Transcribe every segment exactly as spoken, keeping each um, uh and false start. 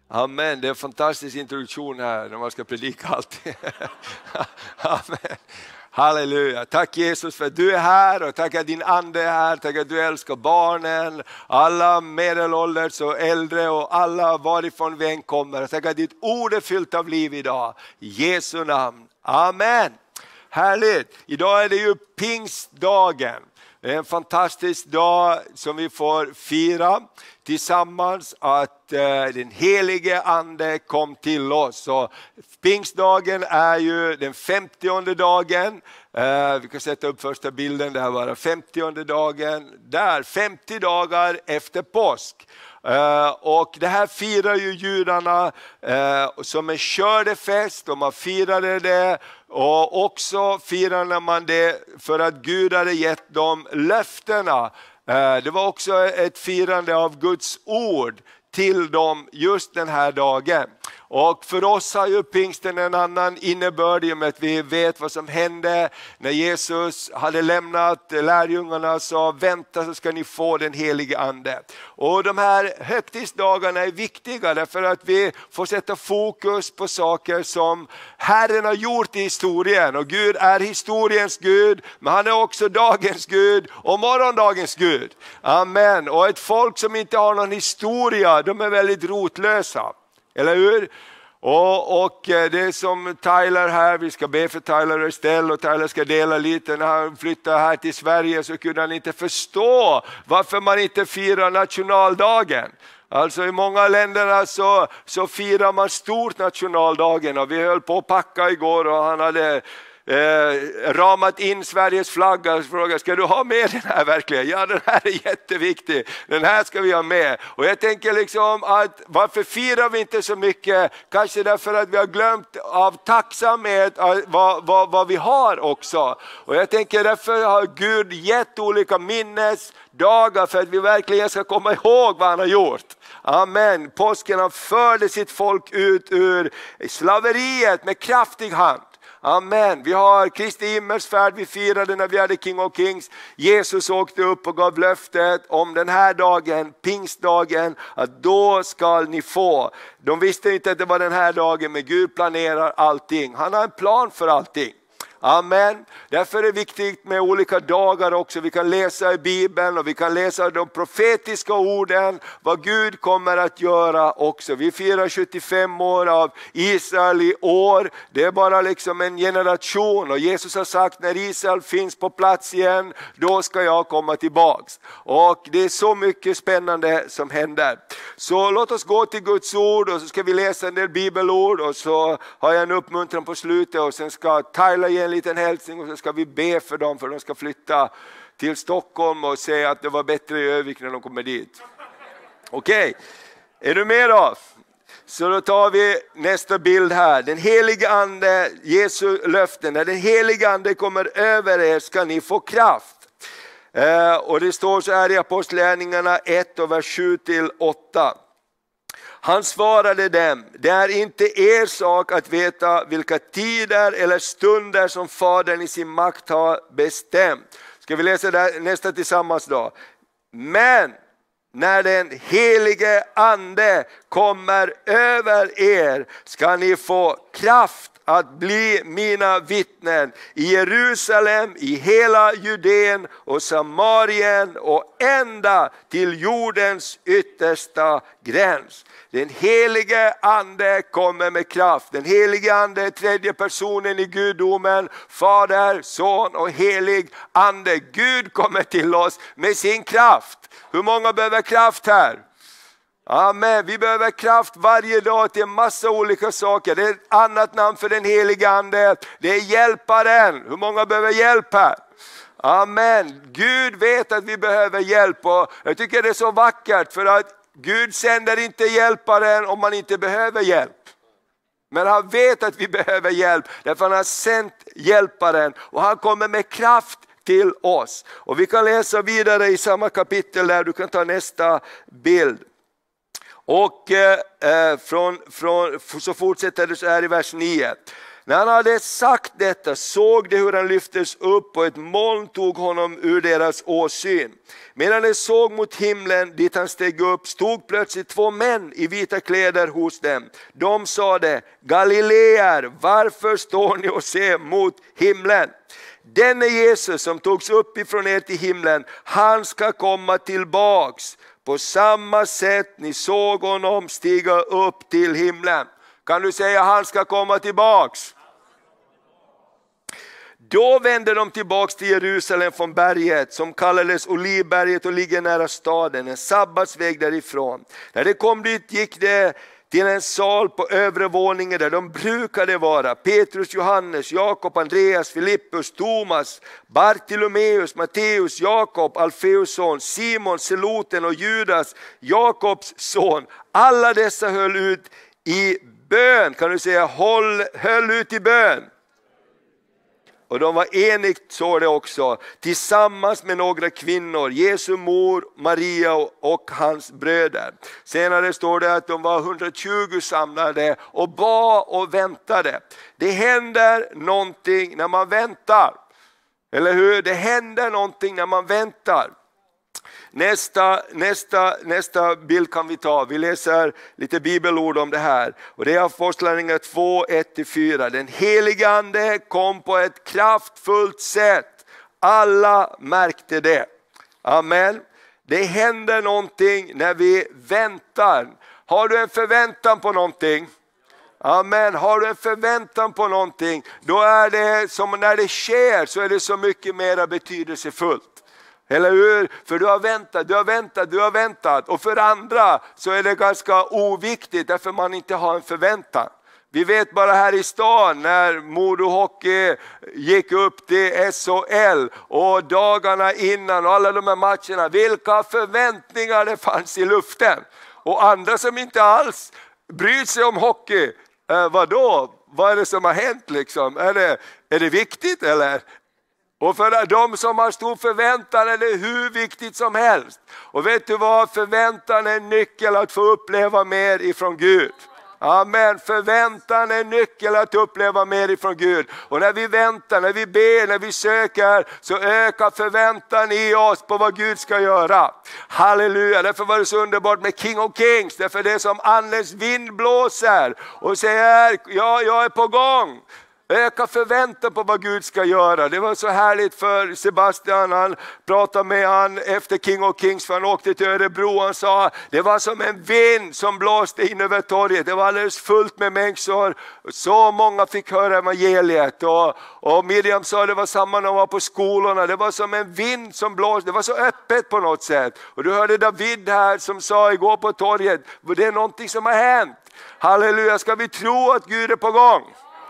Amen, det är en fantastisk introduktion här när man ska predika alltid. Amen. Halleluja. Tack Jesus för att du är här och tack att din ande är här. Tack att du älskar barnen, alla medelålders och äldre och alla varifrån vi än kommer. Tack att ditt ord är fyllt av liv idag. I Jesu namn. Amen. Härligt. Idag är det ju pingstdagen. Det är en fantastisk dag som vi får fira tillsammans att eh, den helige ande kom till oss. Så pingstdagen är ju den femtionde dagen. Eh, vi kan sätta upp första bilden, det här var den femtionde dagen. Där, femtio dagar efter påsk. Uh, och det här firar ju judarna uh, som en skördefest, och man firade det, och också firade man det för att Gud hade gett dem löftena. Uh, det var också ett firande av Guds ord till dem just den här dagen. Och för oss har ju pingsten en annan innebörd i och med att vi vet vad som hände när Jesus hade lämnat lärjungarna och sa: vänta så ska ni få den helige ande. Och de här högtidsdagarna är viktiga därför att vi får sätta fokus på saker som Herren har gjort i historien. Och Gud är historiens Gud, men han är också dagens Gud och morgondagens Gud. Amen. Och ett folk som inte har någon historia, de är väldigt rotlösa. Eller hur? Och, och det är som Tyler här, vi ska be för Tyler och Estelle, och Tyler ska dela lite. När han flyttade här till Sverige så kunde han inte förstå varför man inte firar nationaldagen. Alltså i många länder så, så firar man stort nationaldagen, och vi höll på att packa igår och han hade Eh, ramat in Sveriges flagga och frågade: ska du ha med den här verkligen? Ja, den här är jätteviktig, den här ska vi ha med. Och jag tänker liksom att varför firar vi inte så mycket? Kanske därför att vi har glömt av tacksamhet vad, vad, vad vi har också. Och jag tänker därför har Gud gett olika minnesdagar för att vi verkligen ska komma ihåg vad han har gjort. Amen. Påsken, han förde sitt folk ut ur slaveriet med kraftig hand. Amen. Vi har Kristi himmelsfärd, vi firade när vi hade King of Kings. Jesus åkte upp och gav löftet om den här dagen, pingstdagen, att då ska ni få. De visste inte att det var den här dagen, men Gud planerar allting. Han har en plan för allting. Amen. Därför är det viktigt med olika dagar också. Vi kan läsa i Bibeln och vi kan läsa de profetiska orden, vad Gud kommer att göra också. Vi firar sjuttiofem år av Israel i år. Det är bara liksom en generation, och Jesus har sagt: när Israel finns på plats igen, då ska jag komma tillbaks. Och det är så mycket spännande som händer. Så låt oss gå till Guds ord, och så ska vi läsa en del bibelord, och så har jag en uppmuntran på slutet, och sen ska Tyler ge en liten hälsning, och så ska vi be för dem, för de ska flytta till Stockholm och säga att det var bättre i Övik när de kommer dit. Okej, okay. Är du med då? Så då tar vi nästa bild här. Den helige ande, Jesu löften. När den helige ande kommer över er ska ni få kraft. Eh, och det står så här i Apostlagärningarna ett och vers sju till åtta. Han svarade dem: det är inte er sak att veta vilka tider eller stunder som Fadern i sin makt har bestämt. Ska vi läsa det nästa tillsammans då? Men när den helige ande kommer över er ska ni få kraft att bli mina vittnen i Jerusalem, i hela Judeen och Samarien och ända till jordens yttersta gräns. Den helige ande kommer med kraft. Den helige ande är tredje personen i gudomen. Fader, son och helig ande. Gud kommer till oss med sin kraft. Hur många behöver kraft här? Amen. Vi behöver kraft varje dag till en massa olika saker. Det är ett annat namn för den helige ande. Det är hjälparen. Hur många behöver hjälp här? Amen. Gud vet att vi behöver hjälp, och jag tycker det är så vackert, för att Gud sänder inte hjälparen om man inte behöver hjälp. Men han vet att vi behöver hjälp, därför han har sänt hjälparen, och han kommer med kraft till oss. Och vi kan läsa vidare i samma kapitel där, du kan ta nästa bild. Och eh, från, från, så fortsätter det så här i vers nio. När han hade sagt detta såg de hur han lyftes upp och ett moln tog honom ur deras åsyn. Medan de såg mot himlen dit han steg upp stod plötsligt två män i vita kläder hos dem. De sade: Galileer, varför står ni och ser mot himlen? Denne Jesus som togs upp ifrån er till himlen, han ska komma tillbaks. På samma sätt ni såg honom stiga upp till himlen. Kan du säga han ska komma tillbaks? Då vände de tillbaks till Jerusalem från berget som kallades Olivberget och ligger nära staden, en sabbatsväg därifrån. När de kom dit gick det till en sal på övre våningen där de brukade vara. Petrus, Johannes, Jakob, Andreas, Filippus, Thomas, Bartolomeus, Matteus, Jakob, Alfeus son, Simon, Seloten och Judas, Jakobs son. Alla dessa höll ut i bön. Kan du säga håll, höll ut i bön? Och de var enigt, så det också, tillsammans med några kvinnor, Jesu mor, Maria och hans bröder. Senare står det att de var hundratjugo samlade och bad och väntade. Det händer någonting när man väntar. Eller hur? Det händer någonting när man väntar. Nästa, nästa, nästa bild kan vi ta. Vi läser lite bibelord om det här. Och det är Apostlagärningarna två, ett till fyra. Den helige ande kom på ett kraftfullt sätt. Alla märkte det. Amen. Det händer någonting när vi väntar. Har du en förväntan på någonting? Amen. Har du en förväntan på någonting, då är det som när det sker så är det så mycket mer betydelsefullt. Eller hur? För du har väntat, du har väntat, du har väntat. Och för andra så är det ganska oviktigt därför man inte har en förväntan. Vi vet bara här i stan när Modo Hockey gick upp till S H L och dagarna innan och alla de här matcherna, vilka förväntningar det fanns i luften. Och andra som inte alls bryr sig om hockey, eh, vadå? Vad är det som har hänt liksom? Är det, är det viktigt eller? Och för de som har stor förväntan är det hur viktigt som helst. Och vet du vad? Förväntan är nyckel att få uppleva mer ifrån Gud. Amen. Förväntan är nyckel att uppleva mer ifrån Gud. Och när vi väntar, när vi ber, när vi söker, så ökar förväntan i oss på vad Gud ska göra. Halleluja. Därför var det så underbart med King of Kings. Därför det är som andens vind blåser och säger, ja, jag är på gång. Öka förväntan på vad Gud ska göra. Det var så härligt för Sebastian. Han pratade med han efter King of Kings för han åkte till Örebro. Han sa det var som en vind som blåste in över torget. Det var alldeles fullt med människor. Så många fick höra evangeliet. Och, och Miriam sa det var samma när de var på skolorna. Det var som en vind som blåste. Det var så öppet på något sätt. Och du hörde David här som sa igår på torget. Det är någonting som har hänt. Halleluja, ska vi tro att Gud är på gång?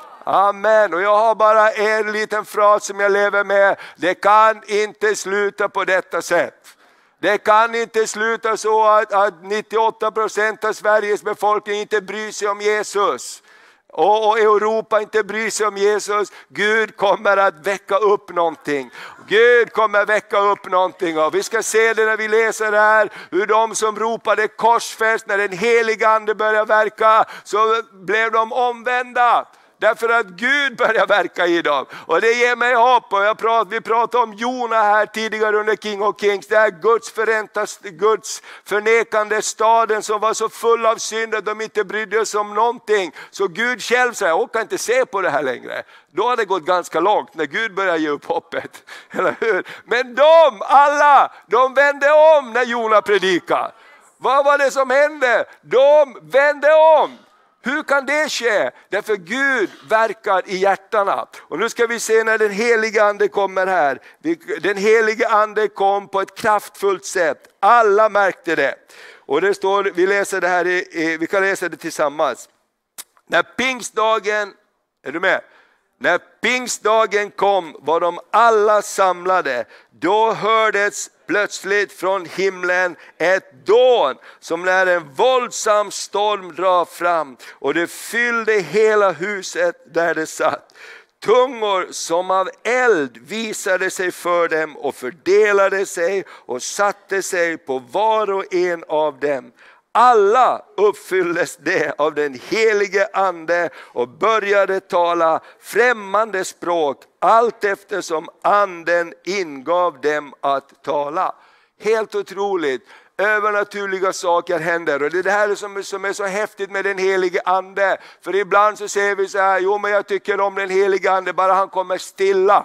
Amen. Och jag har bara en liten fras som jag lever med. Det kan inte sluta på detta sätt. Det kan inte sluta så att, att nittioåtta procent av Sveriges befolkning inte bryr sig om Jesus. Och, och Europa inte bryr sig om Jesus. Gud kommer att väcka upp någonting. Gud kommer att väcka upp någonting. Och vi ska se det när vi läser här. Hur de som ropade korsfäst när den heliga ande började verka. Så blev de omvända. Därför att Gud börjar verka i dem. Och det ger mig hopp. Och jag prat, vi pratade om Jona här tidigare under King of Kings. Det är Guds, föräntas, Guds förnekande staden som var så full av synd att de inte brydde sig om någonting. Så Gud själv säger, jag kan inte se på det här längre. Då har det gått ganska långt när Gud börjar ge upp hoppet. Eller hur? Men de, alla, de vände om när Jona predikade. Vad var det som hände? De vände om. Hur kan det ske? Därför Gud verkar i hjärtarna. Och nu ska vi se när den heliga ande kommer här. Den heliga ande kom på ett kraftfullt sätt. Alla märkte det. Och det står, vi läser det här, i, vi kan läsa det tillsammans. När pingstdagen, är du med? När pingstdagen kom var de alla samlade. Då hördes plötsligt från himlen ett dån som när en våldsam storm drar fram. Och det fyllde hela huset där det satt. Tungor som av eld visade sig för dem och fördelade sig och satte sig på var och en av dem. alla uppfylldes det av den helige ande och började tala främmande språk allt eftersom anden ingav dem att tala. Helt otroligt. Övernaturliga saker händer, och det är det här som är, som är så häftigt med den helige ande. För ibland så säger vi så här: jo men jag tycker om den helige ande bara han kommer stilla.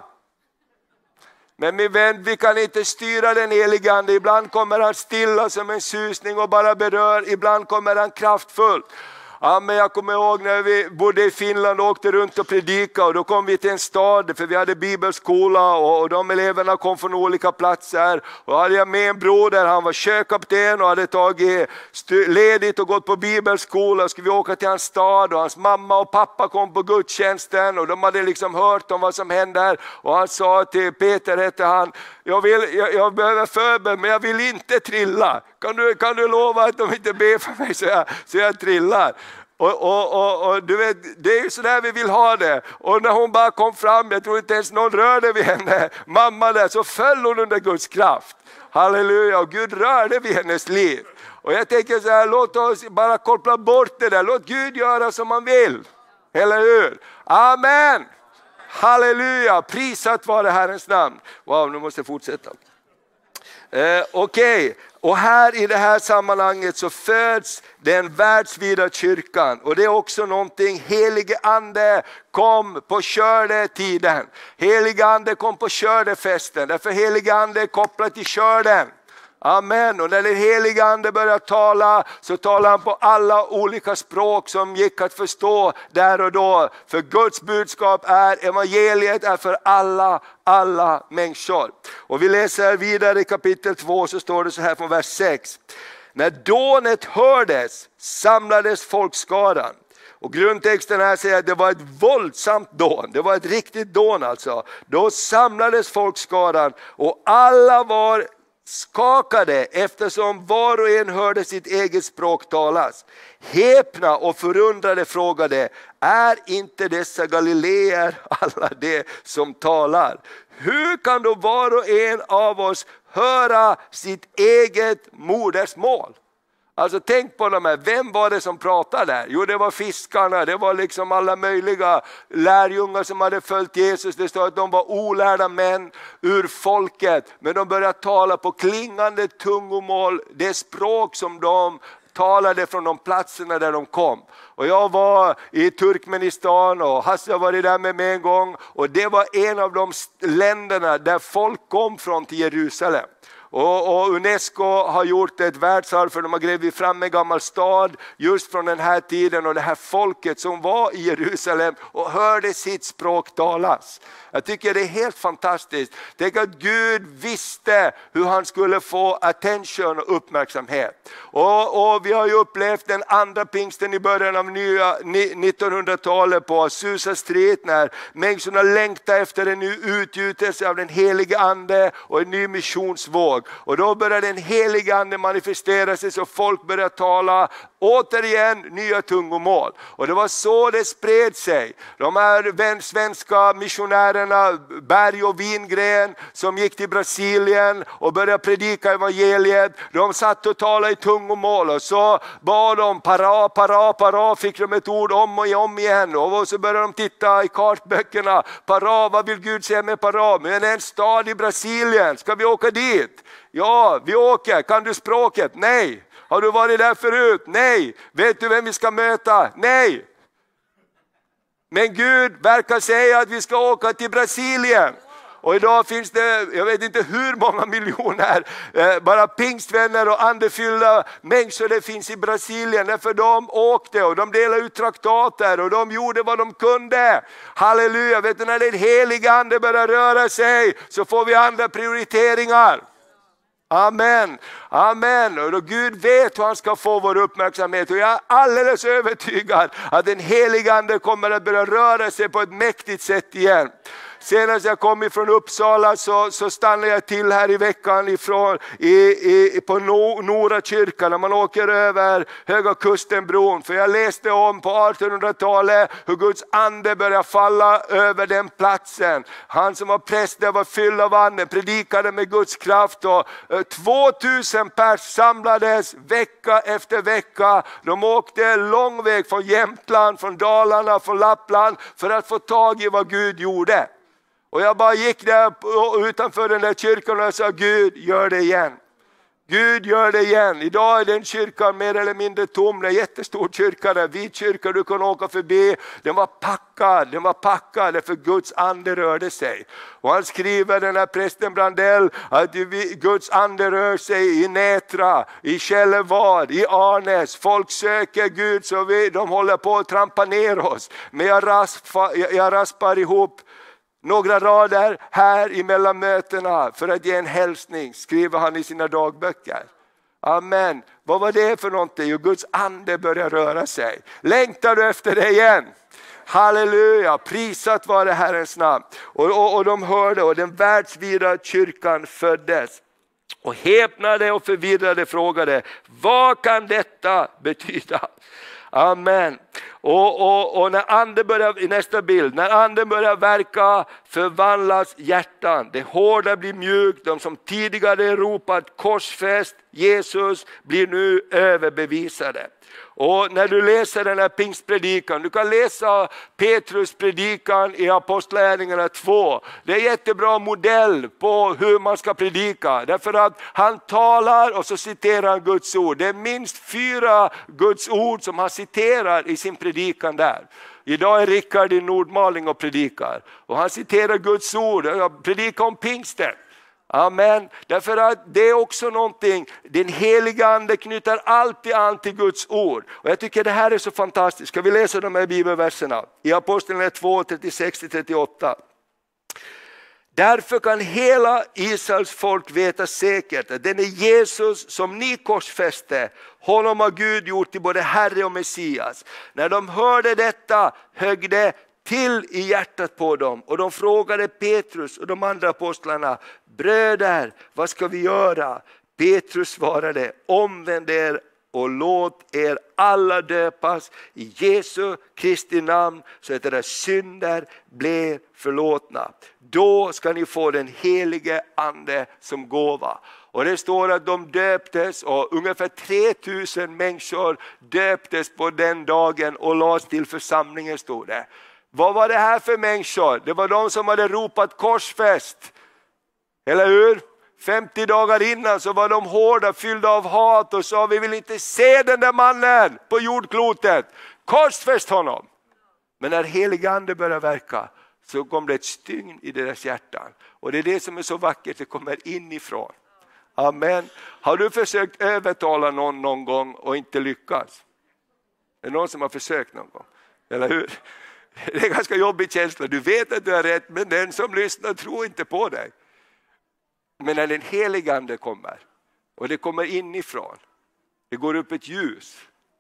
Men min vän, vi kan inte styra den helige ande. Ibland kommer han stilla som en susning och bara berör, ibland kommer han kraftfullt. Ja, men jag kommer ihåg när vi bodde i Finland och åkte runt och predikade, och då kom vi till en stad för vi hade bibelskola och, och de eleverna kom från olika platser. Och hade jag med en broder, han var sjökapten och hade tagit ledigt och gått på bibelskola. Skulle vi åka till hans stad och hans mamma och pappa kom på gudstjänsten och de hade liksom hört om vad som händer. Och han sa till Peter, hette han, jag, vill, jag, jag behöver förbön men jag vill inte trilla. Kan du, kan du lova att de inte ber för mig så jag, så jag trillar? Och, och, och, och du vet, det är ju så där vi vill ha det. Och när hon bara kom fram, jag tror inte ens någon rörde vid henne, mamma där, så föll hon under Guds kraft. Halleluja, och Gud rörde vid hennes liv. Och jag tänker så här, låt oss bara koppla bort det där, låt Gud göra som han vill. Eller hur? Amen! Halleluja, prisat vare Herrens namn. Wow, nu måste jag fortsätta. Eh, Okej, okay. Och här i det här sammanhanget så föds den världsvida kyrkan. Och det är också någonting, helige ande kom på skördetiden. Helige ande kom på skördefesten. Därför helige ande är kopplat till skörden. Amen. Och när den helige ande börjar tala så talar han på alla olika språk som gick att förstå där och då. För Guds budskap är, evangeliet är för alla, alla människor. Och vi läser vidare i kapitel två, så står det så här från vers sex. När dånet hördes samlades folkskaran. Och grundtexten här säger att det var ett våldsamt dån. Det var ett riktigt dån alltså. Då samlades folkskaran och alla var skakade eftersom var och en hörde sitt eget språk talas. Häpna och förundrade frågade, är inte dessa galileer alla det som talar? Hur kan då var och en av oss höra sitt eget modersmål? Alltså tänk på de här, vem var det som pratade där? Jo, det var fiskarna, det var liksom alla möjliga lärjungar som hade följt Jesus. Det står att de var olärda män ur folket, men de började tala på klingande tungomål, det språk som de talade från de platserna där de kom. Och jag var i Turkmenistan och Hasse har varit där med mig en gång, och det var en av de länderna där folk kom från till Jerusalem. Och, och UNESCO har gjort ett världsarv, för de har grävt fram en gammal stad just från den här tiden, och det här folket som var i Jerusalem och hörde sitt språk talas. Jag tycker det är helt fantastiskt. Tänk att Gud visste hur han skulle få attention och uppmärksamhet. Och, och vi har ju upplevt den andra pingsten i början av nya nittonhundratalet på Azusa Street, när människorna längtar efter en ny utgjutelse av den helige ande och en ny missionsvåg. Och då började den helige ande manifestera sig, så folk började tala återigen nya tungomål. Och det var så det spred sig. De här svenska missionärerna Berg och Wingren som gick till Brasilien och började predika evangeliet, de satt och talade i tungomål, och så bad de para, para, para, fick de ett ord om och om igen, och så började de titta i kartböckerna. Para, vad vill Gud säga med para? Men en stad i Brasilien, ska vi åka dit? Ja, vi åker. Kan du språket? Nej. Har du varit där förut? Nej. Vet du vem vi ska möta? Nej. Men Gud verkar säga att vi ska åka till Brasilien. Och idag finns det, jag vet inte hur många miljoner, eh, bara pingstvänner och andefyllda människor det finns i Brasilien. Därför de åkte och de delade ut traktater och de gjorde vad de kunde. Halleluja, vet du, när den heliga ande börjar röra sig så får vi andra prioriteringar. Amen, amen. Och då Gud vet hur han ska få vår uppmärksamhet, och jag är alldeles övertygad att den heliga ande kommer att börja röra sig på ett mäktigt sätt igen. Senast jag kom ifrån Uppsala så, så stannade jag till här i veckan ifrån, i, i, på no, Nora kyrka när man åker över Höga Kustenbron. För jag läste om på artonhundratalet hur Guds ande började falla över den platsen. Han som var präst där var fylld av anden, predikade med Guds kraft och eh, tvåtusen pers samlades vecka efter vecka. De åkte lång väg från Jämtland, från Dalarna, från Lappland för att få tag i vad Gud gjorde. Och jag bara gick där utanför den där kyrkan och sa, Gud gör det igen. Gud gör det igen. Idag är den kyrkan mer eller mindre tom. Det är en jättestor kyrka där, vit kyrka, du kan åka förbi. Den var packad, den var packad för Guds ande rörde sig. Och han skriver, den här prästen Brandell, att Guds ande rör sig i Nätra, i Källevad, i Arnäs. Folk söker Gud så vi, de håller på att trampa ner oss. Men jag, raspa, jag raspar ihop några rader här emellan mötena för att ge en hälsning, skriver han i sina dagböcker. Amen. Vad var det för någonting? Jo, Guds ande börjar röra sig. Längtar du efter det igen? Halleluja, prisat var det Herrens namn. Och, och, och de hörde och den världsvida kyrkan föddes. Och häpnade och förvirrade frågade, vad kan detta betyda? Amen. Och, och, och när anden börjar, i nästa bild, när anden börjar verka förvandlas hjärtan. Det hårda blir mjukt, de som tidigare ropat korsfäst Jesus blir nu överbevisade. Och när du läser den här pingstpredikan, du kan läsa Petrus predikan i Apostlagärningarna två. Det är en jättebra modell på hur man ska predika. Därför att han talar och så citerar han Guds ord. Det är minst fyra Guds ord som han citerar i sin predikan där. Idag är Rickard i Nordmaling och predikar. Och han citerar Guds ord och predikar om pingsten. Amen. Därför att det är också någonting, den heliga ande knyter alltid an till Guds ord. Och jag tycker det här är så fantastiskt. Ska vi läsa de här bibelverserna? I Apostlagärningarna två, trettiosex till trettioåtta. Därför kan hela Israels folk veta säkert att den är Jesus som ni korsfäste. Honom har Gud gjort till både Herre och Messias. När de hörde detta högg det till i hjärtat på dem. Och de frågade Petrus och de andra apostlarna, bröder, vad ska vi göra? Petrus svarade, omvänd er och låt er alla döpas i Jesu Kristi namn så att era synder blir förlåtna. Då ska ni få den helige ande som gåva. Och det står att de döptes och ungefär tre tusen människor döptes på den dagen och lades till församlingen, stod det. Vad var det här för människor? Det var de som hade ropat korsfäst. Eller hur? femtio dagar innan så var de hårda, fyllda av hat och sa, vi vill inte se den där mannen på jordklotet. Korsfäst honom. Men när helig ande började verka så kom det ett stygn i deras hjärtan. Och det är det som är så vackert, det kommer inifrån. Amen. Har du försökt övertala någon någon gång och inte lyckats? Är det någon som har försökt någon gång? Eller hur? Det är en ganska jobbig känsla. Du vet att du har rätt, men den som lyssnar tror inte på dig. Men när den helige ande kommer och det kommer inifrån, det går upp ett ljus.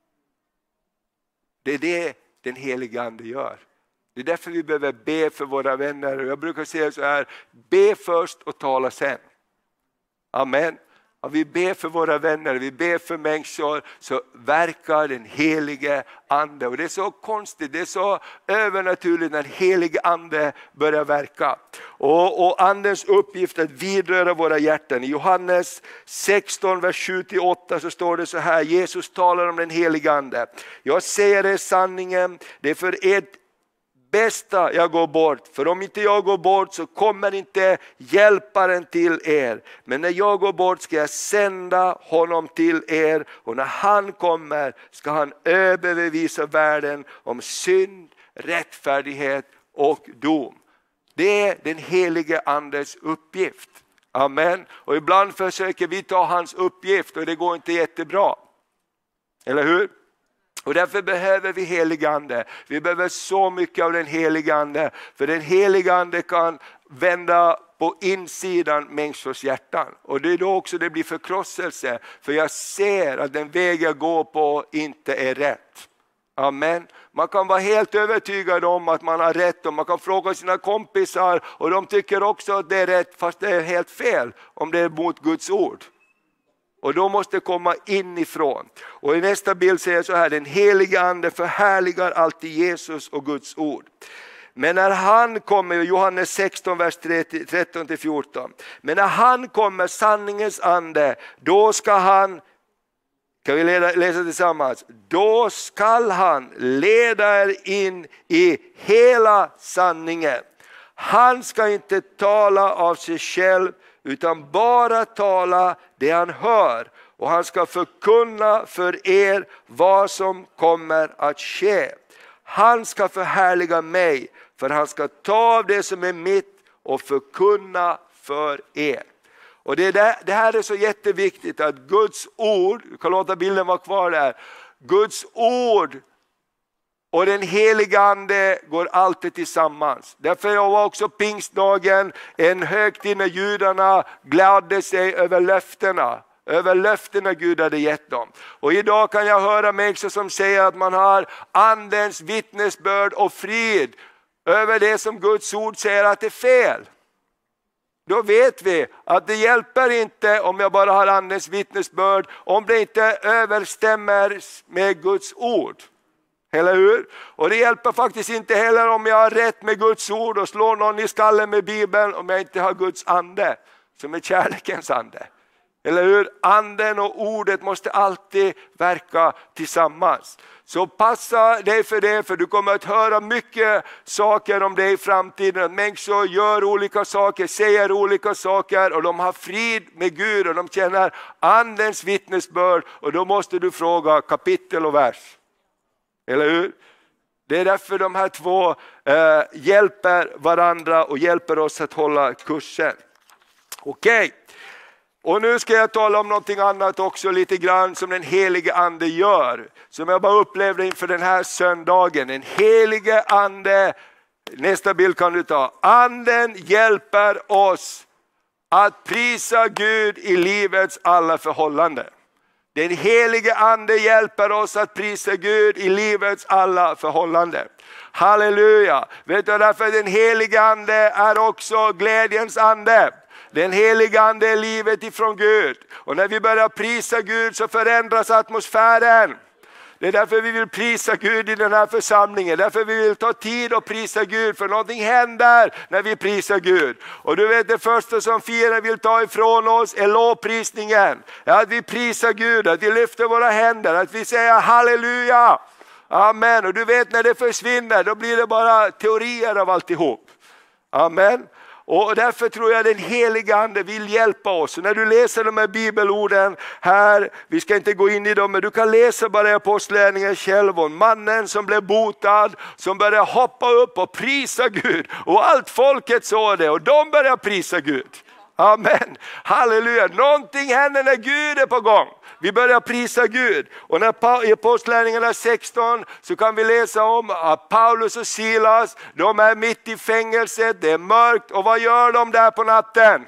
Det är det den helige ande gör. Det är därför vi behöver be för våra vänner. Jag brukar säga så här, be först och tala sen. Amen. Och vi ber för våra vänner, vi ber för människor, så verkar den helige ande. Och det är så konstigt, det är så övernaturligt när den helige ande börjar verka. Och, och andens uppgift att vidröra våra hjärtan. I Johannes sexton, vers sju till åtta så står det så här, Jesus talar om den helige ande. Jag säger er sanningen, det är för ert bästa jag går bort, för om inte jag går bort så kommer inte hjälparen till er. Men när jag går bort ska jag sända honom till er, och när han kommer ska han överbevisa världen om synd, rättfärdighet och dom. Det är den helige andes uppgift. Amen. Och ibland försöker vi ta hans uppgift och det går inte jättebra. Eller hur? Och därför behöver vi helig ande. Vi behöver så mycket av den heliga ande. För den heliga ande kan vända på insidan människors hjärtan. Och det är då också det blir förkrosselse. För jag ser att den väg jag går på inte är rätt. Amen. Man kan vara helt övertygad om att man har rätt och man kan fråga sina kompisar och de tycker också att det är rätt fast det är helt fel om det är mot Guds ord. Och då måste det komma inifrån. Och i nästa bild säger jag så här: den heliga ande förhärligar alltid Jesus och Guds ord. Men när han kommer, Johannes sexton, vers tretton till fjorton. Men när han kommer, sanningens ande, då ska han, kan vi läsa tillsammans? Då skall han leda er in i hela sanningen. Han ska inte tala av sig själv utan bara tala det han hör. Och han ska förkunna för er vad som kommer att ske. Han ska förhärliga mig, för han ska ta av det som är mitt och förkunna för er. Och det, där, det här är så jätteviktigt att Guds ord, du kan låta bilden vara kvar där. Guds ord och den heliga ande går alltid tillsammans. Därför var också pingstdagen en högtid när judarna gladde sig över löftena. Över löftena Gud hade gett dem. Och idag kan jag höra människor som säger att man har andens vittnesbörd och frid över det som Guds ord säger att det är fel. Då vet vi att det hjälper inte om jag bara har andens vittnesbörd om det inte överstämmer med Guds ord. Eller hur? Och det hjälper faktiskt inte heller om jag har rätt med Guds ord och slår någon i skallen med Bibeln om jag inte har Guds ande som är kärlekens ande. Eller hur? Anden och ordet måste alltid verka tillsammans. Så passa dig för det, för du kommer att höra mycket saker om det i framtiden. Att människor gör olika saker, säger olika saker och de har frid med Gud och de känner andens vittnesbörd. Och då måste du fråga kapitel och vers. Eller hur? Det är därför de här två eh, hjälper varandra och hjälper oss att hålla kursen. Okej. Okay. Och nu ska jag tala om någonting annat också lite grann som den helige ande gör. Som jag bara upplevde inför den här söndagen. Den helige ande, nästa bild kan du ta. Anden hjälper oss att prisa Gud i livets alla förhållanden. Den helige ande hjälper oss att prisa Gud i livets alla förhållanden. Halleluja! Vet du därför den helige ande är också glädjens ande. Den heliga ande är livet ifrån Gud. Och när vi börjar prisa Gud så förändras atmosfären. Det är därför vi vill prisa Gud i den här församlingen. Därför vi vill ta tid och prisa Gud. För någonting händer när vi prisar Gud. Och du vet det första som fienden vill ta ifrån oss är lovprisningen. Att vi prisar Gud, att vi lyfter våra händer, att vi säger halleluja. Amen. Och du vet när det försvinner då blir det bara teorier av alltihop. Amen. Och därför tror jag den heliga ande vill hjälpa oss. Och när du läser de här bibelorden här, vi ska inte gå in i dem, men du kan läsa bara i Apostlagärningarna själv om mannen som blev botad, som började hoppa upp och prisa Gud. Och allt folket såg det och de började prisa Gud. Amen, halleluja. Någonting händer när Gud är på gång. Vi börjar prisa Gud. Och när i Apostlagärningarna sexton så kan vi läsa om att Paulus och Silas, de är mitt i fängelset, det är mörkt. Och vad gör de där på natten?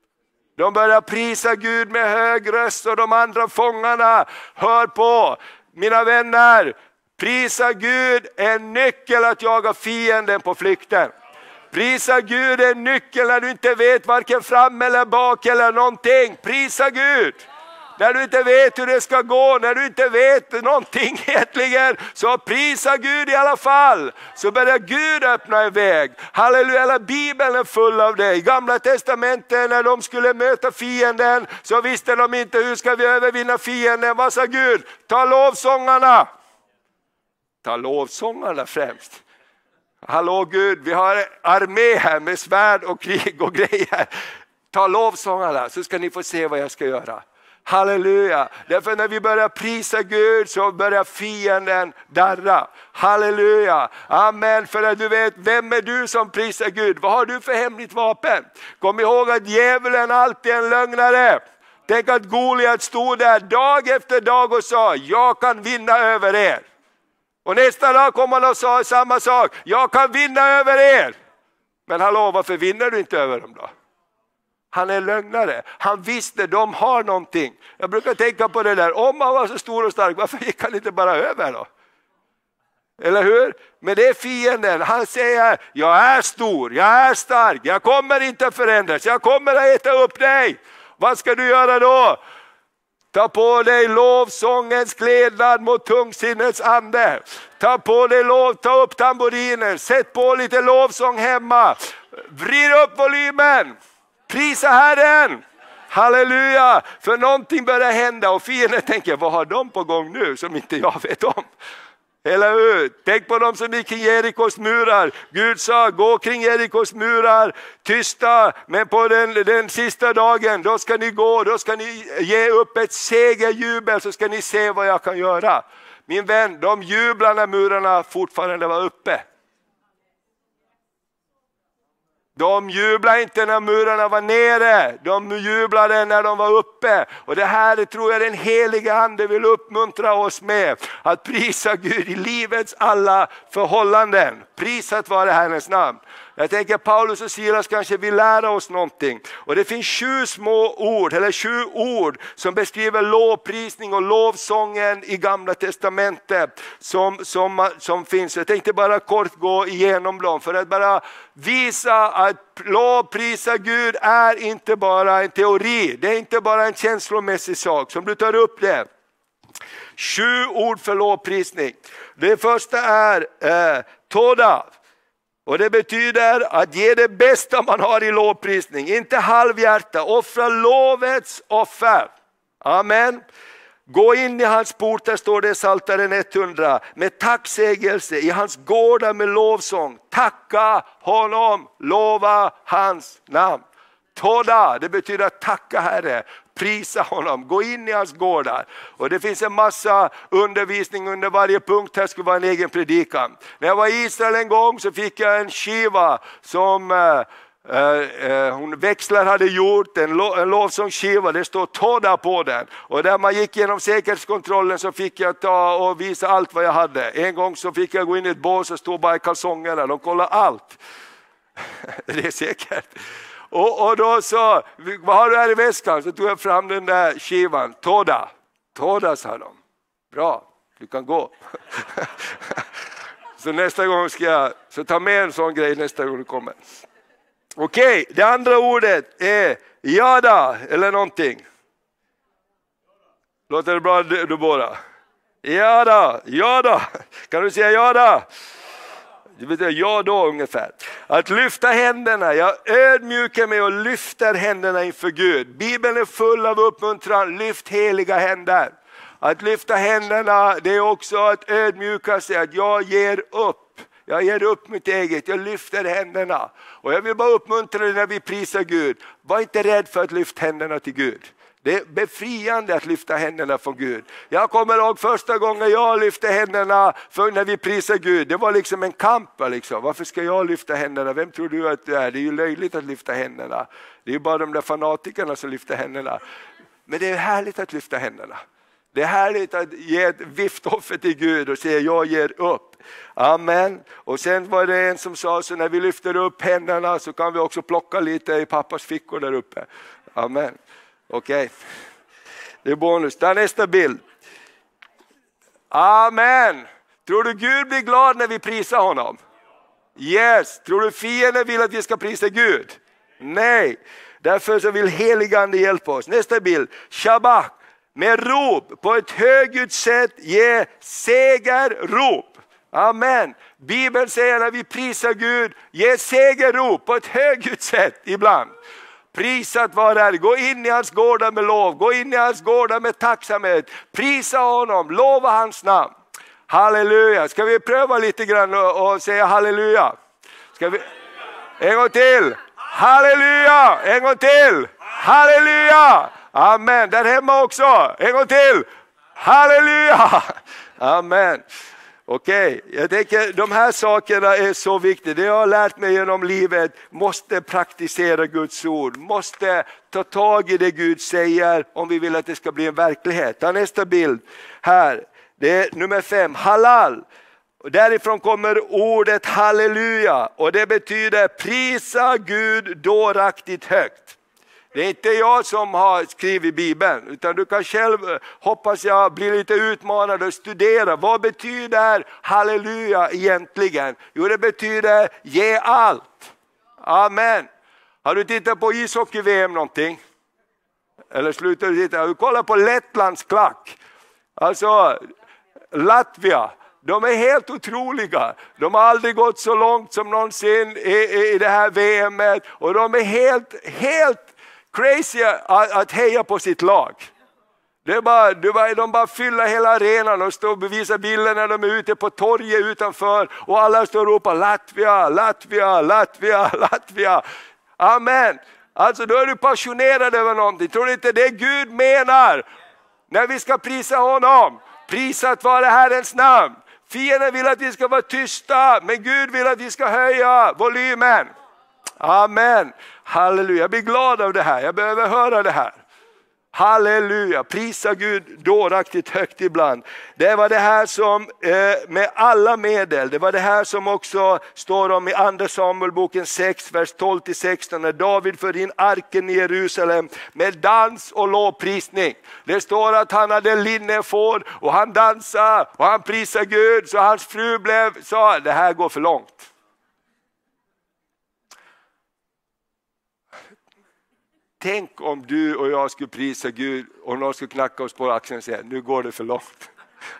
De börjar prisa Gud med hög röst och de andra fångarna hör på. Mina vänner, prisa Gud är en nyckel att jaga fienden på flykten. Prisa Gud är en nyckel när du inte vet varken fram eller bak eller någonting. Prisa Gud. När du inte vet hur det ska gå, när du inte vet någonting egentligen, så prisa Gud i alla fall. Så börjar Gud öppna en väg. Halleluja, hela Bibeln är full av det. I Gamla testamentet när de skulle möta fienden så visste de inte hur ska vi övervinna fienden. Vad sa Gud? Ta lovsångarna. Ta lovsångarna främst. Hallå Gud, vi har armé här med svärd och krig och grejer. Ta lovsångarna så ska ni få se vad jag ska göra. Halleluja. Därför när vi börjar prisa Gud så börjar fienden darra. Halleluja. Amen. För att du vet, vem är du som prisar Gud? Vad har du för hemligt vapen? Kom ihåg att djävulen alltid är en lögnare. Tänk att Goliat stod där dag efter dag och sa, jag kan vinna över er. Och nästa dag kom han och sa samma sak. Jag kan vinna över er. Men hallå, varför vinner du inte över dem då? Han är lögnare. Han visste de har någonting. Jag brukar tänka på det där. Om han var så stor och stark, varför gick han inte bara över då? Eller hur? Men det är fienden. Han säger, jag är stor, jag är stark, jag kommer inte förändras, jag kommer att äta upp dig. Vad ska du göra då? Ta på dig lovsångens klädnad mot tungsinnets ande. Ta på dig lov, ta upp tamburiner, sätt på lite lovsång hemma. Vrid upp volymen, prisa Herren. Halleluja, för någonting börjar hända och fienden tänker, vad har de på gång nu som inte jag vet om? Eller hur? Tänk på dem som gick kring Jerikos murar. Gud sa, gå kring Jerikos murar, tysta, men på den, den sista dagen, då ska ni gå, då ska ni ge upp ett segerjubel, så ska ni se vad jag kan göra. Min vän, de jublar när murarna fortfarande var uppe. De jublade inte när murarna var nere, de jublade när de var uppe. Och det här tror jag den heliga ande vill uppmuntra oss med. Att prisa Gud i livets alla förhållanden. Prisat vare Herrens namn. Jag tänker Paulus och Silas kanske vill lära oss någonting. Och det finns sju små ord, eller sju ord som beskriver lovprisning och lovsången i Gamla testamentet som, som, som finns. Jag tänkte bara kort gå igenom dem för att bara visa att lovprisa Gud är inte bara en teori. Det är inte bara en känslomässig sak som du tar upp det. Sju ord för lovprisning. Det första är eh, toda. Och det betyder att ge det bästa man har i lovprisning. Inte halvhjärta. Offra lovets offer. Amen. Gå in i hans portar, står det i Psaltaren hundra. Med tacksägelse i hans gårdar med lovsång. Tacka honom. Lova hans namn. Toda, det betyder att tacka Herre. Prisa honom, gå in i hans gårdar. Och det finns en massa undervisning under varje punkt. Här skulle vara en egen predikan. När jag var i Israel en gång så fick jag en skiva som eh, eh, hon växlar hade gjort. En, lo, en lovsångsskiva, det står Toda på den. Och där man gick igenom säkerhetskontrollen så fick jag ta och visa allt vad jag hade. En gång så fick jag gå in i ett bås och stå bara i kalsongerna. De kollar allt. Det är säkert. Och, och då så, vad har du här i väskan? Så tog jag fram den där skivan. Toda. Toda, sa de. Bra, du kan gå. Så nästa gång ska jag så ta med en sån grej nästa gång du kommer. Okej, det andra ordet är jada eller någonting. Låter det bra du, du båda? Jada, jada. Kan du säga jada? Det betyder ja då ungefär. Att lyfta händerna. Jag ödmjukar mig och lyfter händerna inför Gud. Bibeln är full av uppmuntran. Lyft heliga händer. Att lyfta händerna, det är också att ödmjuka sig. Att jag ger upp. Jag ger upp mitt eget. Jag lyfter händerna. Och jag vill bara uppmuntra dig när vi prisar Gud. Var inte rädd för att lyfta händerna till Gud. Det är befriande att lyfta händerna från Gud. Jag kommer ihåg första gången jag lyfte händerna för när vi prisar Gud. Det var liksom en kamp. Liksom. Varför ska jag lyfta händerna? Vem tror du att det är? Det är ju löjligt att lyfta händerna. Det är ju bara de där fanatikerna som lyfter händerna. Men det är härligt att lyfta händerna. Det är härligt att ge ett viftoffer till Gud och säga jag ger upp. Amen. Och sen var det en som sa så när vi lyfter upp händerna så kan vi också plocka lite i pappas fickor där uppe. Amen. Okej, okay. Det är bonus. Ta nästa bild. Amen. Tror du Gud blir glad när vi prisar honom? Yes. Tror du fienden vill att vi ska prisa Gud? Nej. Därför så vill heligande hjälpa oss. Nästa bild. Shabbat. Med rop på ett högljutt sätt ge segerrop. Amen. Bibeln säger när vi prisar Gud ge segerrop på ett högljutt sätt ibland. Prisat vare Herren. Gå in i hans gårdar med lov. Gå in i hans gårdar med tacksamhet. Prisa honom. Lova hans namn. Halleluja. Ska vi pröva lite grann och, och säga halleluja? Ska vi? En gång till. Halleluja. En gång till. Halleluja. Amen. Där hemma också. En gång till. Halleluja. Amen. Okej, okay. Jag tänker de här sakerna är så viktiga. Det jag har lärt mig genom livet måste praktisera Guds ord. Måste ta tag i det Gud säger om vi vill att det ska bli en verklighet. Ta nästa bild här. Det är nummer fem, halal. Och därifrån kommer ordet halleluja. Och det betyder prisa Gud dåraktigt högt. Det är inte jag som har skrivit Bibeln, utan du kan själv, hoppas jag, bli lite utmanad och studera. Vad betyder halleluja egentligen? Jo, det betyder ge allt. Amen. Har du tittat på ishockey-V M någonting? Eller slutar du titta? Har du kollat på Lettlands klack? Alltså, Latvia. De är helt otroliga. De har aldrig gått så långt som någonsin i, i det här V M-et. Och de är helt, helt crazy att, att heja på sitt lag. Det är bara, det bara, de bara fyller hela arenan och står och bevisar bilder när de är ute på torget utanför. Och alla står och ropar Latvia, Latvia, Latvia, Latvia. Amen. Alltså då är du passionerad över någonting. Tror du inte det Gud menar när vi ska prisa honom? Prisat vare Herrens namn. Fienden vill att vi ska vara tysta, men Gud vill att vi ska höja volymen. Amen. Halleluja. Jag blir glad av det här. Jag behöver höra det här. Halleluja. Prisa Gud dåraktigt högt ibland. Det var det här som eh, med alla medel. Det var det här som också står om i andra Samuelboken sex, vers tolv till sexton. När David för in arken i Jerusalem med dans och lovprisning. Det står att han hade linnefår och han dansade och han prisade Gud. Så hans fru blev, sa det här går för långt. Tänk om du och jag skulle prisa Gud och någon skulle knacka oss på axeln och säga, nu går det för långt.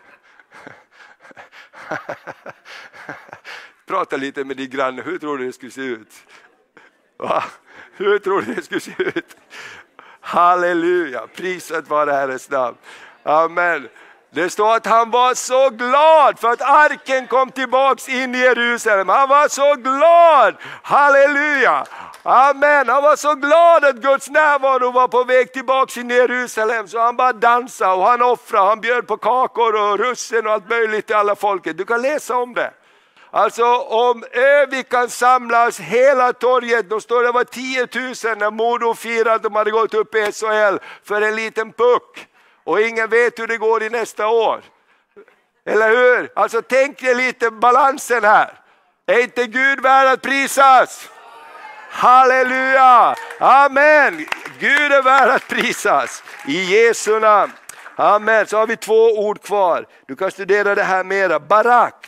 Prata lite med din granne, hur tror du det skulle se ut? Va? Hur tror du det skulle se ut? Halleluja, prisat vare Herrens namn. Amen. Det står att han var så glad för att arken kom tillbaks in i Jerusalem. Han var så glad. Halleluja. Amen. Han var så glad att Guds närvaro var på väg tillbaks in i Jerusalem. Så han bara dansade och han offrade. Han bjöd på kakor och russin och allt möjligt till alla folket. Du kan läsa om det. Alltså om vi kan samlas hela torget, då står det var tio tusen när Modo firade att de hade gått upp i S H L för en liten puck. Och ingen vet hur det går i nästa år. Eller hur? Alltså tänk er lite balansen här. Är inte Gud värd att prisas? Halleluja! Amen! Gud är värd att prisas. I Jesu namn. Amen. Så har vi två ord kvar. Du kan studera det här mera. Barak.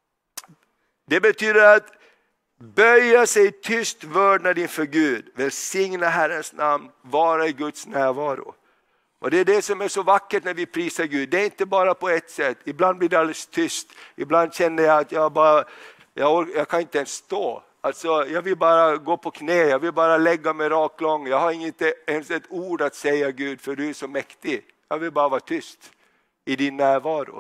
Det betyder att böja sig tyst vördnad inför Gud. Välsigna Herrens namn. Vara i Guds närvaro. Och det är det som är så vackert när vi prisar Gud. Det är inte bara på ett sätt. Ibland blir det alldeles tyst. Ibland känner jag att jag bara, jag, jag kan inte ens stå. Alltså jag vill bara gå på knä. Jag vill bara lägga mig raklång. Jag har inte ens ett ord att säga Gud, för du är så mäktig. Jag vill bara vara tyst i din närvaro.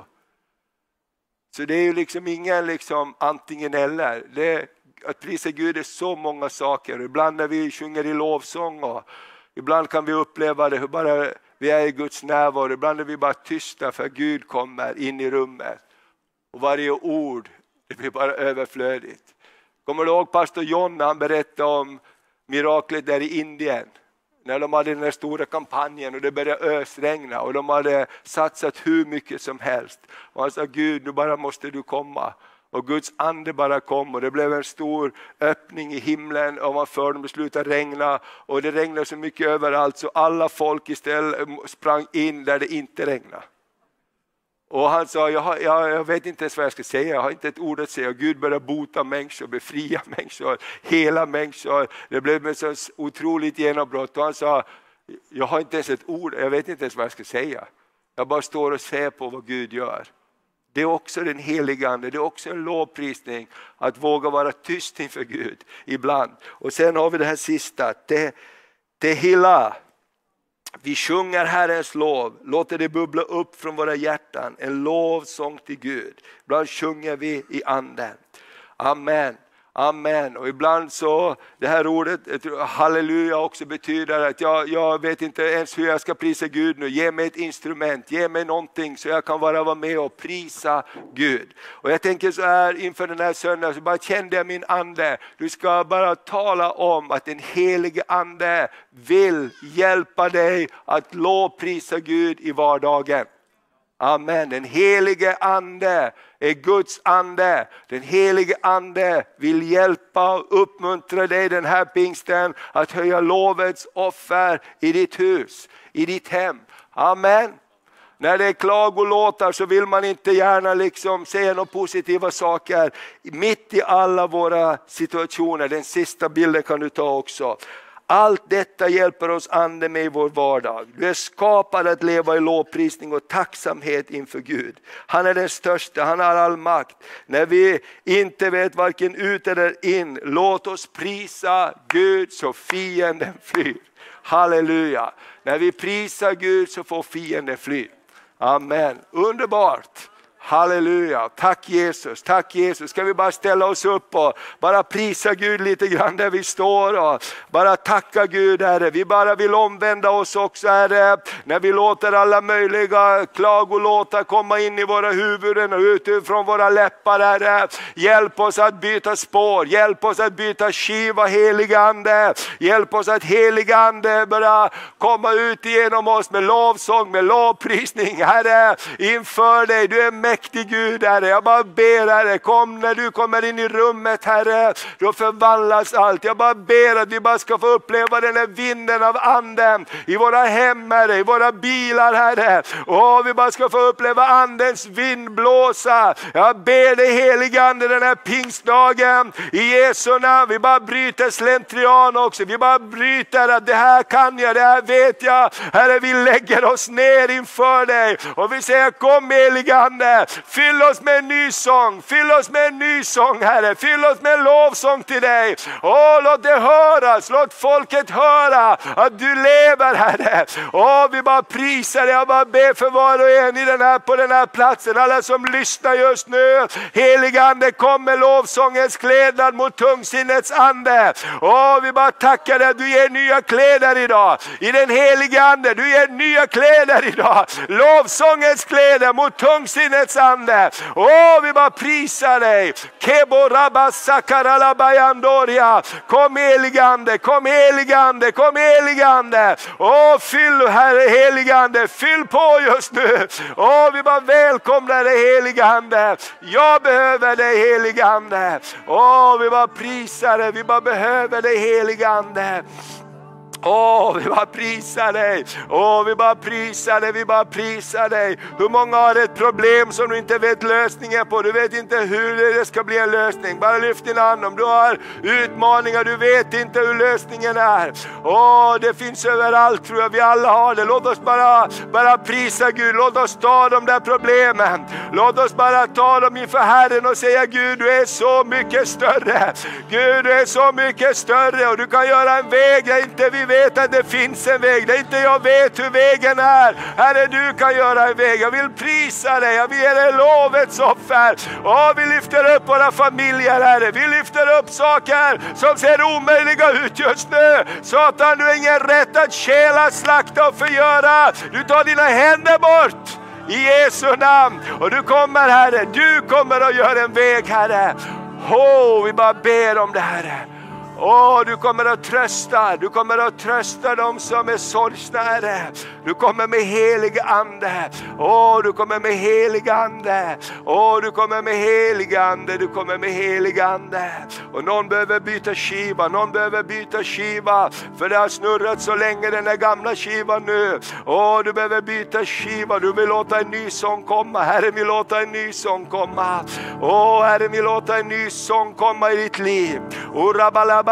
Så det är ju liksom ingen liksom antingen eller. Det är, att prisa Gud är så många saker. Ibland när vi sjunger i lovsång och ibland kan vi uppleva det hur bara vi är i Guds närvaro. Ibland är vi bara tysta för Gud kommer in i rummet. Och varje ord, det blir bara överflödigt. Kommer du ihåg pastor John när han berättade om miraklet där i Indien? När de hade den här stora kampanjen och det började ösregna. Och de hade satsat hur mycket som helst. Och han sa, Gud, nu bara måste du komma. Och Guds ande bara kom och det blev en stor öppning i himlen ovanför dem, det slutade regna och det regnade så mycket överallt så alla folk istället sprang in där det inte regnade. Och han sa, jag, har, jag, jag vet inte ens vad jag ska säga, jag har inte ett ord att säga. Gud började bota människor, befria människor, hela människor. Det blev ett så otroligt genombrott och han sa, jag har inte ens ett ord, jag vet inte ens vad jag ska säga. Jag bara står och ser på vad Gud gör. Det är också den heliga ande, det är också en lovprisning att våga vara tyst inför Gud ibland. Och sen har vi det här sista, det, det hela. Vi sjunger Herrens lov, låter det bubbla upp från våra hjärtan, en lovsång till Gud. Ibland sjunger vi i anden. Amen. Amen. Och ibland så, det här ordet, halleluja också betyder att jag, jag vet inte ens hur jag ska prisa Gud nu. Ge mig ett instrument, ge mig någonting så jag kan bara vara med och prisa Gud. Och jag tänker så här inför den här söndagen så bara kände jag min ande. Du ska bara tala om att den helige ande vill hjälpa dig att lovprisa Gud i vardagen. Amen. Den helige ande är Guds ande. Den helige ande vill hjälpa och uppmuntra dig den här pingsten att höja lovets offer i ditt hus, i ditt hem. Amen. När det är klagolåtar så vill man inte gärna liksom säga några positiva saker mitt i alla våra situationer. Den sista bilden kan du ta också. Allt detta hjälper oss ande med i vår vardag. Du är skapad att leva i lovprisning och tacksamhet inför Gud. Han är den största, han har all makt. När vi inte vet varken ut eller in, låt oss prisa Gud så fienden flyr. Halleluja. När vi prisar Gud så får fienden fly. Amen. Underbart. Halleluja. Tack Jesus. Tack Jesus. Ska vi bara ställa oss upp och bara prisa Gud lite grann där vi står och bara tacka Gud, Herre. Vi bara vill omvända oss också, Herre. När vi låter alla möjliga klagolåtar komma in i våra huvuden och utifrån våra läppar, Herre. Hjälp oss att byta spår. Hjälp oss att byta skiva, heliga ande. Hjälp oss att heliga ande bara komma ut igenom oss med lovsång, med lovprisning, Herre. Inför dig. Du är mäktig. Mäktig Gud, Herre. Jag bara ber, Herre, kom när du kommer in i rummet, Herre. Då förvandlas allt. Jag bara ber att vi bara ska få uppleva den här vinden av anden i våra hem, Herre, i våra bilar, Herre. Och vi bara ska få uppleva andens vind blåsa. Jag ber dig, heliga ande, den här pingstdagen i Jesu namn. Vi bara bryter slentrian också. Vi bara bryter att det här kan jag, det här vet jag. Herre, vi lägger oss ner inför dig och vi säger, kom heliga ande. Fyll oss med en ny sång. Fyll oss med en ny sång, Herre. Fyll oss med en lovsång till dig. Åh, låt det höras. Låt folket höra att du lever, Herre. Åh, vi bara prisar dig. Jag bara ber för var och en i den här, på den här platsen. Alla som lyssnar just nu. Heliga ande, kom med lovsångens klädnad mot tungsinnets ande. Åh, vi bara tackar dig att du ger nya kläder idag. I den heliga ande, du ger nya kläder idag. Lovsångens kläder mot tungsinnets ande. Åh, vi bara prisar dig. Kebo rabba sakarala bayandoria. Kom heligande, kom heligande, kom heligande. Åh, fyll, Herre, heligande. Fyll på just nu. Åh, vi bara välkomnar dig, heligande. Jag behöver dig, heligande. Åh, vi bara prisar dig. Vi bara behöver dig, heligande. Åh, vi bara prisar dig. Åh, vi bara prisar dig. Vi bara prisar dig. Hur många har ett problem som du inte vet lösningen på? Du vet inte hur det ska bli en lösning. Bara lyft din hand om du har utmaningar. Du vet inte hur lösningen är. Åh, det finns överallt, tror jag. Vi alla har det. Låt oss bara, bara prisa Gud. Låt oss ta de där problemen. Låt oss bara ta dem inför Herren och säga, Gud, du är så mycket större. Gud, du är så mycket större. Och du kan göra en väg där inte vi vet att det finns en väg. Det är inte jag vet hur vägen är. Herre, du kan göra en väg. Jag vill prisa dig. Jag vill ge dig lovets offer. Och vi lyfter upp våra familjer, Herre. Vi lyfter upp saker som ser omöjliga ut just nu. Satan, du har ingen rätt att stjäla, slakta och förgöra. Du tar dina händer bort. I Jesu namn. Och du kommer, Herre. Du kommer att göra en väg, Herre. Åh, vi bara ber om det, Herre. Åh, du kommer att trösta. Du kommer att trösta dem som är sorgsna, Herre. Du kommer med helig ande. Åh, du kommer med helig ande. Åh, du kommer med helig ande. Du kommer med helig ande. Och någon behöver byta skiva. Någon behöver byta skiva. För det har snurrat så länge den där gamla skivan nu. Åh, du behöver byta skiva. Du vill låta en ny sång komma. Herre, vill låta en ny sång komma. Åh, Herre, vill låta en ny sång komma i ditt liv. Och rabalaba.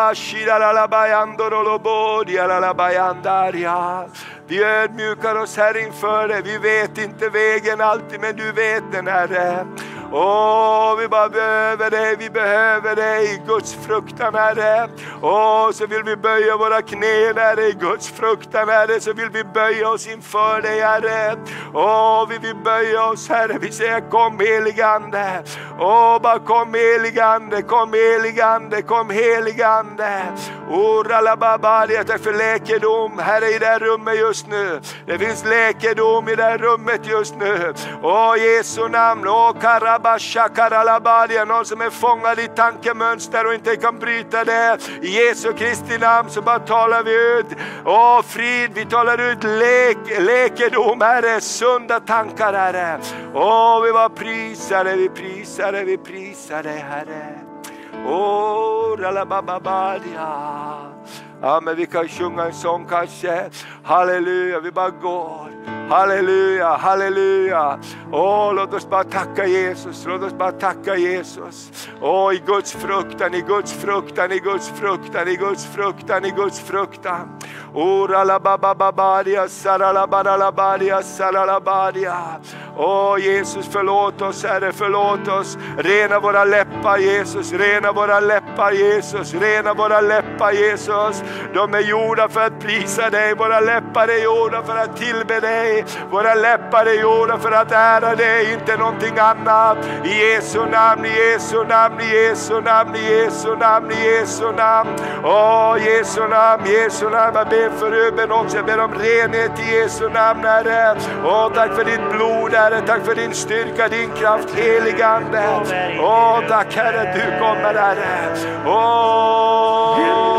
Vi ödmjukar oss här inför dig. Vi vet inte vägen alltid, men du vet den, Herre. Åh, vi bara behöver dig. Vi behöver dig. Guds fruktan, Herre. Åh, så vill vi böja våra knän, Herre. I Guds fruktan, Herre. Så vill vi böja oss inför dig, Herre. Åh, vi vill böja oss, Herre. Vi säger, kom heligande. Åh, bara kom heligande. Kom heligande. Kom heligande. Ora la babadi. Tack för läkedom, Herre, i det här rummet just nu. Det finns läkedom i det här rummet just nu. Åh, Jesu namn. Åh, karab någon som är fångad i tankemönster och inte kan bryta det. I Jesu Kristi namn så bara talar vi ut. Åh, frid, vi talar ut lek, lekedom, Herre, sunda tankar, Herre. Åh, vi bara prisar dig, vi prisar dig, vi prisar dig, Herre. Åh, ralabababadia. Ja, men vi kan sjunga en sång kanske. Halleluja, vi bara går. Halleluja, halleluja. Åh, låt oss bara tacka Jesus. Låt oss bara tacka Jesus. Åh, i Guds fruktan, i Guds fruktan, i Guds fruktan, i Guds fruktan, i Guds fruktan. Åh, ralabababadia, saralabadalabadia, saralabadia. Åh, Jesus, förlåt oss, Herre, förlåt oss. Rena våra läppar, Jesus. Rena våra läppar, Jesus. Rena våra läppar, Jesus. De är gjorda för att prisa dig. Våra läppar är gjorda för att tillbe dig. Våra läppar är gjorda för att ära dig, inte någonting annat. I Jesu namn, i Jesu namn, i Jesu namn, i Jesu namn, i Jesu namn. Åh, Jesu namn, Jesu namn. Jag ber för öben också. Jag ber om renhet i Jesu namn, Herre. Åh, tack för ditt blod, Herre. Tack för din styrka, din kraft, heligande. Åh, tack, Herre, du kommer, Herre. Åh,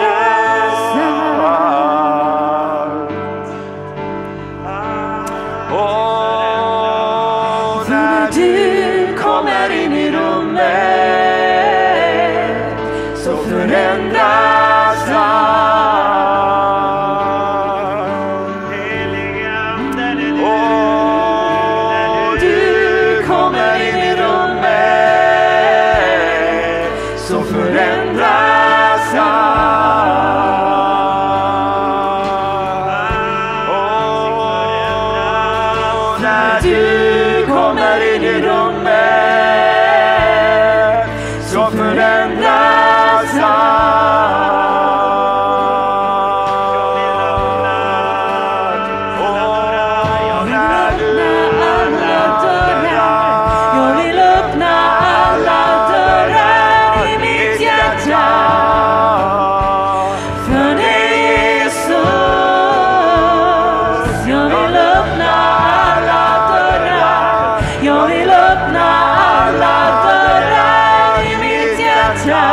åh, när du kommer in i rummet så förändras allt. Åh, du kommer in i rummet så förändras allt. Du kommer in i rummet så förändras allt. Åh, när du alla dörrar, jag vill öppna alla dörrar i mitt hjärta för dig, Jesus. Jag vill öppna Jag vill öppna alla dörrar i mitt hjärta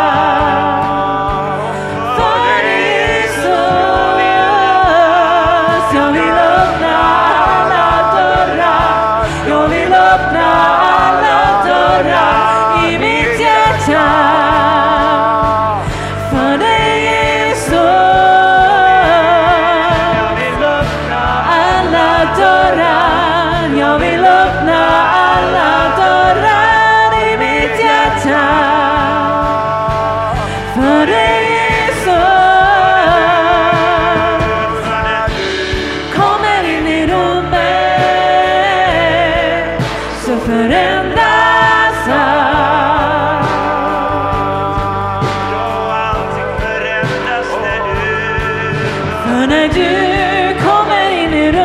för Jesus. Jag vill öppna alla dörrar. Jag vill öppna alla dörrar i mitt hjärta för dig, Jesus. Jag vill öppna alla dörrar. Jag vill öppna alla dörrar i mitt hjärta för dig, Jesus. Kommer in i rummet så förändras allt. För när du kommer in i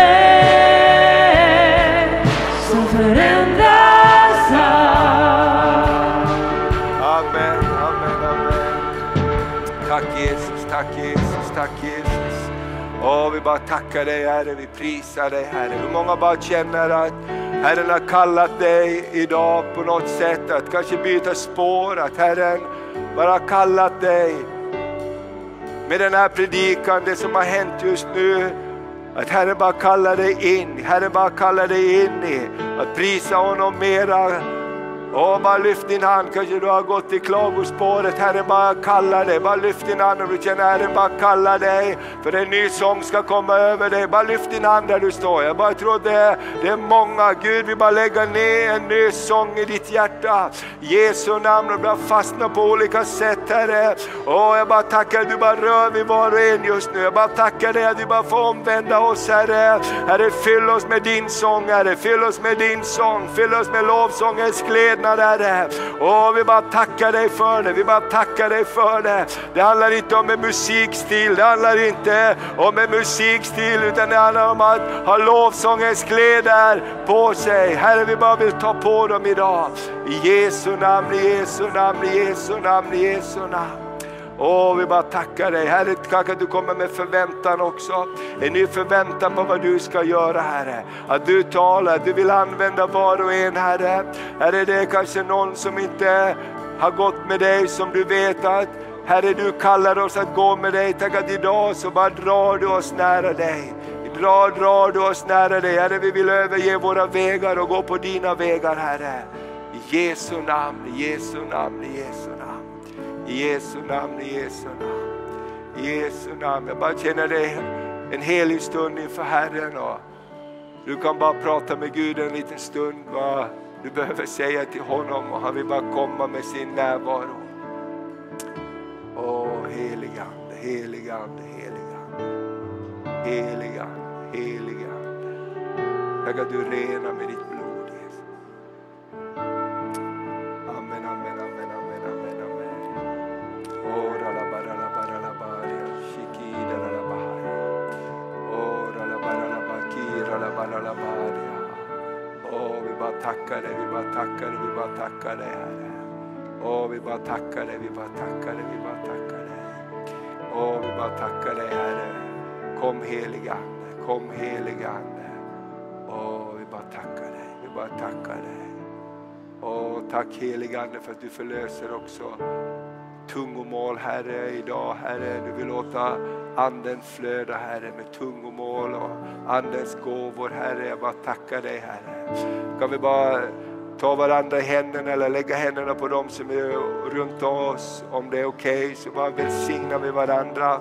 rummet så förändras allt. Amen, amen, amen. Tack Jesus, tack Jesus, tack Jesus. Åh, vi bara tackar dig, Herre, vi prisar dig, Herre. Hur många bara känner att Herren har kallat dig idag på något sätt att kanske byta spår, att Herren bara har kallat dig med den här predikan, det som har hänt just nu, att Herren bara kallar dig in, Herren bara kallar dig in i att prisa honom mera. Åh, bara lyft din hand, kanske du har gått i klagospåret, Herren bara kallar dig. Bara lyft din hand om du känner Herren bara kallar dig, för en ny sång ska komma över dig. Bara lyft din hand där du står. Jag bara tror det, det är många. Gud vill bara lägga ner en ny sång i ditt hjärta. Jesu namn, och bara fastna på olika sätt, Herre. Åh, jag bara tackar, du bara rör vid var och en just nu. Jag bara tackar dig att du bara får omvända oss, Herre. Herre, fyll oss med din sång, Herre. Fyll oss med din sång. Fyll oss med lovsångens klädnad, Herre. Åh, vi bara tackar dig för det. Vi bara tackar dig för det. Det handlar inte om en musikstil. Det handlar inte om en musikstil, utan det handlar om att ha lovsångens kläder på sig. Herre, vi bara vill ta på dem idag. I Jesu namn, i Jesu namn, i Jesu namn, i Jesu namn. Åh, vi bara tackar dig. Herre, tack att du kommer med förväntan också. En ny förväntan på vad du ska göra, Herre. Att du talar, att du vill använda var och en, Herre. Herre, det är kanske någon som inte har gått med dig, som du vet att Herre, du kallar oss att gå med dig. Tack att idag så bara drar du oss nära dig. Drar, drar du oss nära dig. Herre, vi vill överge våra vägar och gå på dina vägar, Herre. I Jesu namn, i Jesu namn, i Jesu namn. I Jesu namn, i Jesu namn. I Jesu namn. Jag bara känner dig en helig stund inför Herren. Och du kan bara prata med Gud en liten stund. Vad du behöver säga till honom. Och han vill bara komma med sin närvaro. Åh, heligande, heligande, heligande. Heligande, heligande. Tack att du renar med ditt blod, Jesus. Amen, amen, amen, amen, amen, amen. Åh, ralabaralabaralabaria, shikidalalabaria. Åh, ralabaralabakia, åh, vi bara tackar dig, vi bara tackar dig, vi bara tackar dig, Herre. Åh, vi bara tackar dig, vi bara tackar dig, vi bara tackar dig. Åh, vi bara tackar dig, Herre. Kom heligande, kom heligande. Åh, vi bara tackar dig, vi bara tackar dig. Åh, tack heligande för att du förlöser också tungomål, Herre, idag, Herre. Du vill låta anden flöda, Herre, med tungomål och andens gåvor, Herre. Jag bara tackar dig, Herre. Kan vi bara ta varandra i händerna eller lägga händerna på dem som är runt oss, om det är okej, okay, så bara välsignar vi varandra.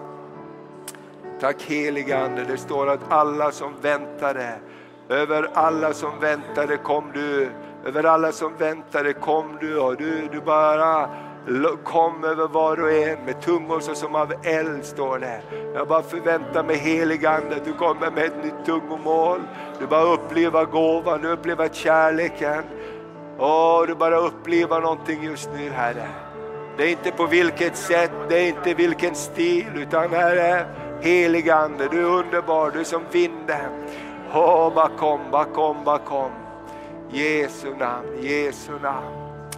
Tack heligande. Det står att alla som väntade, över alla som väntade kom du, över alla som väntade kom du, och du, du bara kom över var och en med tungor så som av eld, står det. Jag bara förväntar mig heligande, du kommer med ett nytt tungomål. Du bara upplever gåvan, du upplever kärleken. Åh, du bara upplever någonting just nu, Herre. Det är inte på vilket sätt, det är inte vilken stil, utan Herre, heligande, du är underbar, du är som vinden. Åh, bara kom, bara kom, bara kom. Jesu namn, Jesu namn.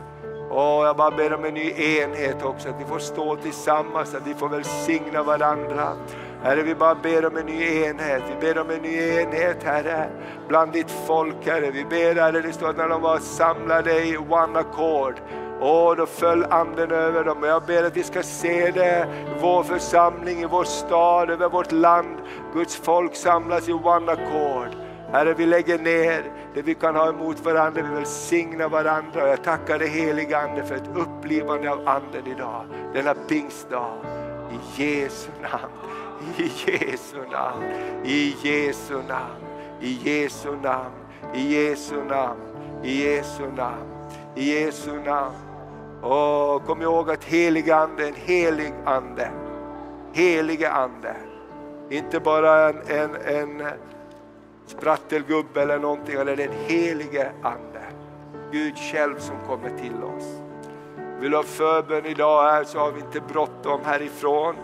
Åh, jag bara ber om en ny enhet också, att vi får stå tillsammans, att vi får välsigna varandra. Herre, vi bara ber om en ny enhet, vi ber om en ny enhet, Herre, bland ditt folk, Herre. Vi ber, Herre, det står att när de var samlade i one accord, åh, då föll anden över dem. Och jag ber att vi ska se det i vår församling, i vår stad, över vårt land. Guds folk samlas i one accord. Herre, vi lägger ner det vi kan ha emot varandra, vi vill signa varandra. Och jag tackar dig, helige Ande, för ett upplivande av anden idag, denna pingstdag. I Jesu namn, i Jesu namn, i Jesu namn, i Jesu namn, i Jesu namn, i Jesu namn, i Jesu namn. Åh, kom ihåg att helig Ande, en helig Ande, helige Ande, inte bara en, en, en sprattelgubbe eller någonting, eller den helige Ande, Gud själv som kommer till oss. Vill du ha förbön idag här, så har vi inte bråttom härifrån,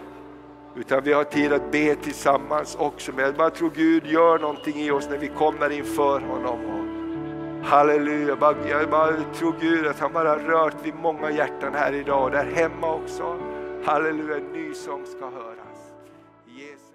utan vi har tid att be tillsammans också. Men jag bara tror Gud gör någonting i oss när vi kommer inför honom. Halleluja, jag bara, jag bara tror Gud att han bara har rört vid många hjärtan här idag och där hemma också. Halleluja, en ny sång ska höras. Jesus.